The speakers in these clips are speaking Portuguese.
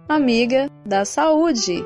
amiga da saúde.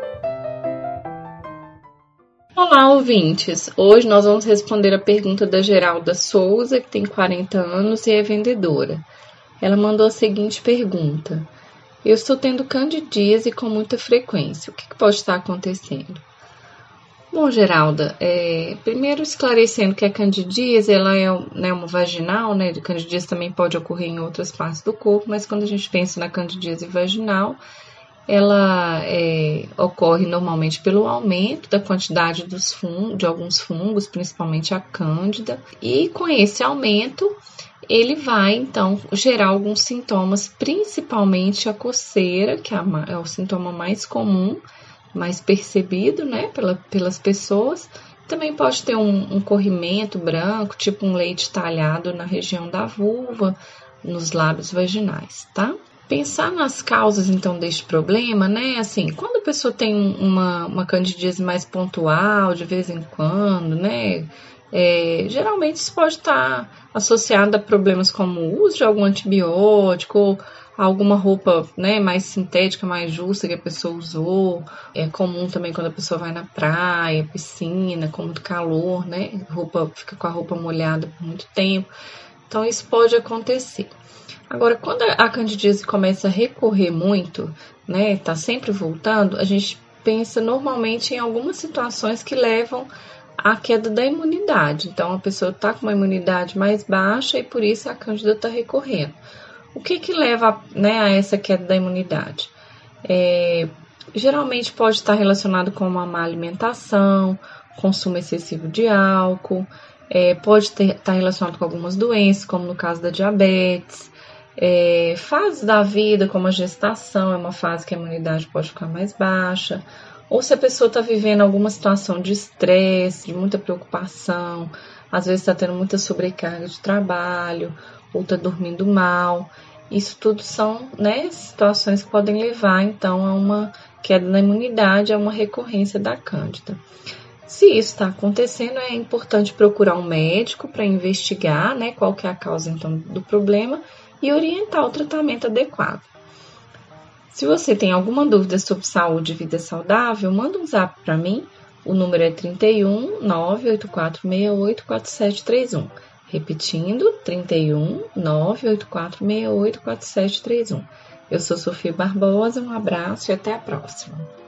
Olá, ouvintes! Hoje nós vamos responder a pergunta da Geralda Souza, que tem 40 anos e é vendedora. Ela mandou a seguinte pergunta: eu estou tendo candidíase com muita frequência. O que pode estar acontecendo? Bom, Geralda, primeiro esclarecendo que a candidíase ela é uma vaginal, né? A candidíase também pode ocorrer em outras partes do corpo, mas quando a gente pensa na candidíase vaginal, ela ocorre normalmente pelo aumento da quantidade de alguns fungos, principalmente a cândida, e com esse aumento ele vai então gerar alguns sintomas, principalmente a coceira, que é o sintoma mais comum, mais percebido, né, pelas pessoas. Também pode ter um corrimento branco, tipo um leite talhado na região da vulva, nos lábios vaginais, tá? Pensar nas causas, então, deste problema, né, assim, quando a pessoa tem uma candidíase mais pontual, de vez em quando, né, geralmente isso pode estar associado a problemas como o uso de algum antibiótico, ou alguma roupa, né, mais sintética, mais justa que a pessoa usou. É comum também quando a pessoa vai na praia, piscina, com muito calor, né, fica com a roupa molhada por muito tempo. Então, isso pode acontecer. Agora, quando a candidíase começa a recorrer muito, né, tá sempre voltando, a gente pensa normalmente em algumas situações que levam à queda da imunidade. Então, a pessoa está com uma imunidade mais baixa e por isso a cândida está recorrendo. O que leva, né, a essa queda da imunidade? Geralmente pode estar relacionado com uma má alimentação, consumo excessivo de álcool, pode estar relacionado com algumas doenças, como no caso da diabetes. Fases da vida, como a gestação, é uma fase que a imunidade pode ficar mais baixa. Ou se a pessoa está vivendo alguma situação de estresse, de muita preocupação, às vezes está tendo muita sobrecarga de trabalho, ou está dormindo mal. Isso tudo são, né, situações que podem levar, então, a uma queda na imunidade, a uma recorrência da cândida. Se isso está acontecendo, é importante procurar um médico para investigar, né, qual que é a causa, então, do problema e orientar o tratamento adequado. Se você tem alguma dúvida sobre saúde e vida saudável, manda um zap para mim. O número é 31 98468 4731. Repetindo, 31 98468 4731. Eu sou Sofia Barbosa, um abraço e até a próxima.